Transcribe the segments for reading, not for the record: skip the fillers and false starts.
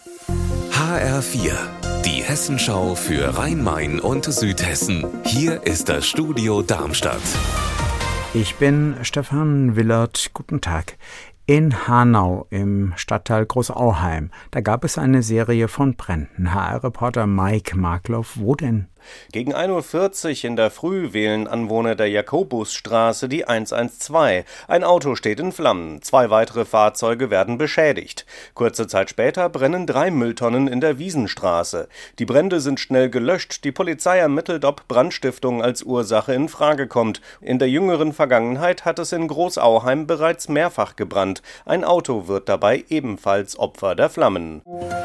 HR4, die Hessenschau für Rhein-Main und Südhessen. Hier ist das Studio Darmstadt. Ich bin Stefan Willert. Guten Tag. In Hanau im Stadtteil Großauheim, da gab es eine Serie von Bränden. HR-Reporter Mike Markloff, wo denn? Gegen 1:40 Uhr in der Früh wählen Anwohner der Jakobusstraße die 112. Ein Auto steht in Flammen, 2 weitere Fahrzeuge werden beschädigt. Kurze Zeit später brennen 3 Mülltonnen in der Wiesenstraße. Die Brände sind schnell gelöscht, die Polizei ermittelt, ob Brandstiftung als Ursache in Frage kommt. In der jüngeren Vergangenheit hat es in Großauheim bereits mehrfach gebrannt. Ein Auto wird dabei ebenfalls Opfer der Flammen.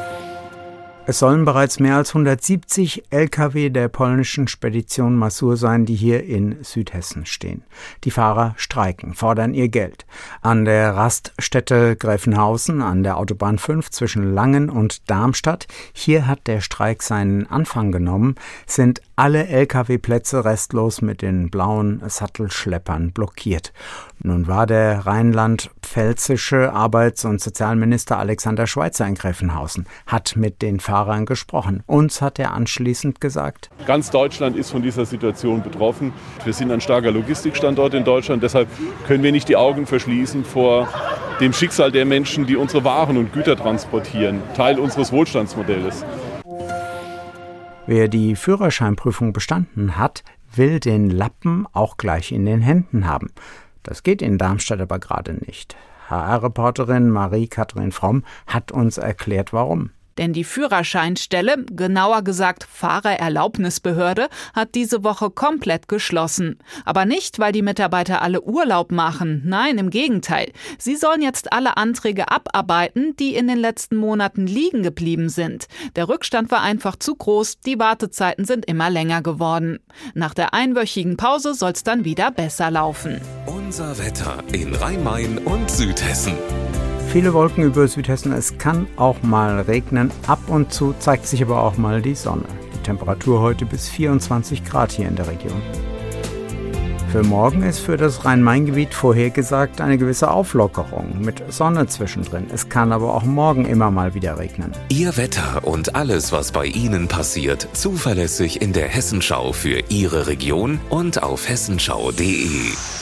Es sollen bereits mehr als 170 Lkw der polnischen Spedition Mazur sein, die hier in Südhessen stehen. Die Fahrer streiken, fordern ihr Geld. An der Raststätte Gräfenhausen, an der Autobahn 5 zwischen Langen und Darmstadt, hier hat der Streik seinen Anfang genommen, sind alle Lkw-Plätze restlos mit den blauen Sattelschleppern blockiert. Nun war der rheinland-pfälzische Arbeits- und Sozialminister Alexander Schweitzer in Gräfenhausen, hat mit den Fahrern gesprochen. Uns hat er anschließend gesagt: Ganz Deutschland ist von dieser Situation betroffen. Wir sind ein starker Logistikstandort in Deutschland, deshalb können wir nicht die Augen verschließen vor dem Schicksal der Menschen, die unsere Waren und Güter transportieren, Teil unseres Wohlstandsmodells. Wer die Führerscheinprüfung bestanden hat, will den Lappen auch gleich in den Händen haben. Das geht in Darmstadt aber gerade nicht. HR-Reporterin Marie-Kathrin Fromm hat uns erklärt, warum. Denn die Führerscheinstelle, genauer gesagt Fahrererlaubnisbehörde, hat diese Woche komplett geschlossen. Aber nicht, weil die Mitarbeiter alle Urlaub machen. Nein, im Gegenteil. Sie sollen jetzt alle Anträge abarbeiten, die in den letzten Monaten liegen geblieben sind. Der Rückstand war einfach zu groß, die Wartezeiten sind immer länger geworden. Nach der einwöchigen Pause soll es dann wieder besser laufen. Unser Wetter in Rhein-Main und Südhessen. Viele Wolken über Südhessen, es kann auch mal regnen. Ab und zu zeigt sich aber auch mal die Sonne. Die Temperatur heute bis 24 Grad hier in der Region. Für morgen ist für das Rhein-Main-Gebiet vorhergesagt eine gewisse Auflockerung mit Sonne zwischendrin. Es kann aber auch morgen immer mal wieder regnen. Ihr Wetter und alles, was bei Ihnen passiert, zuverlässig in der Hessenschau für Ihre Region und auf hessenschau.de.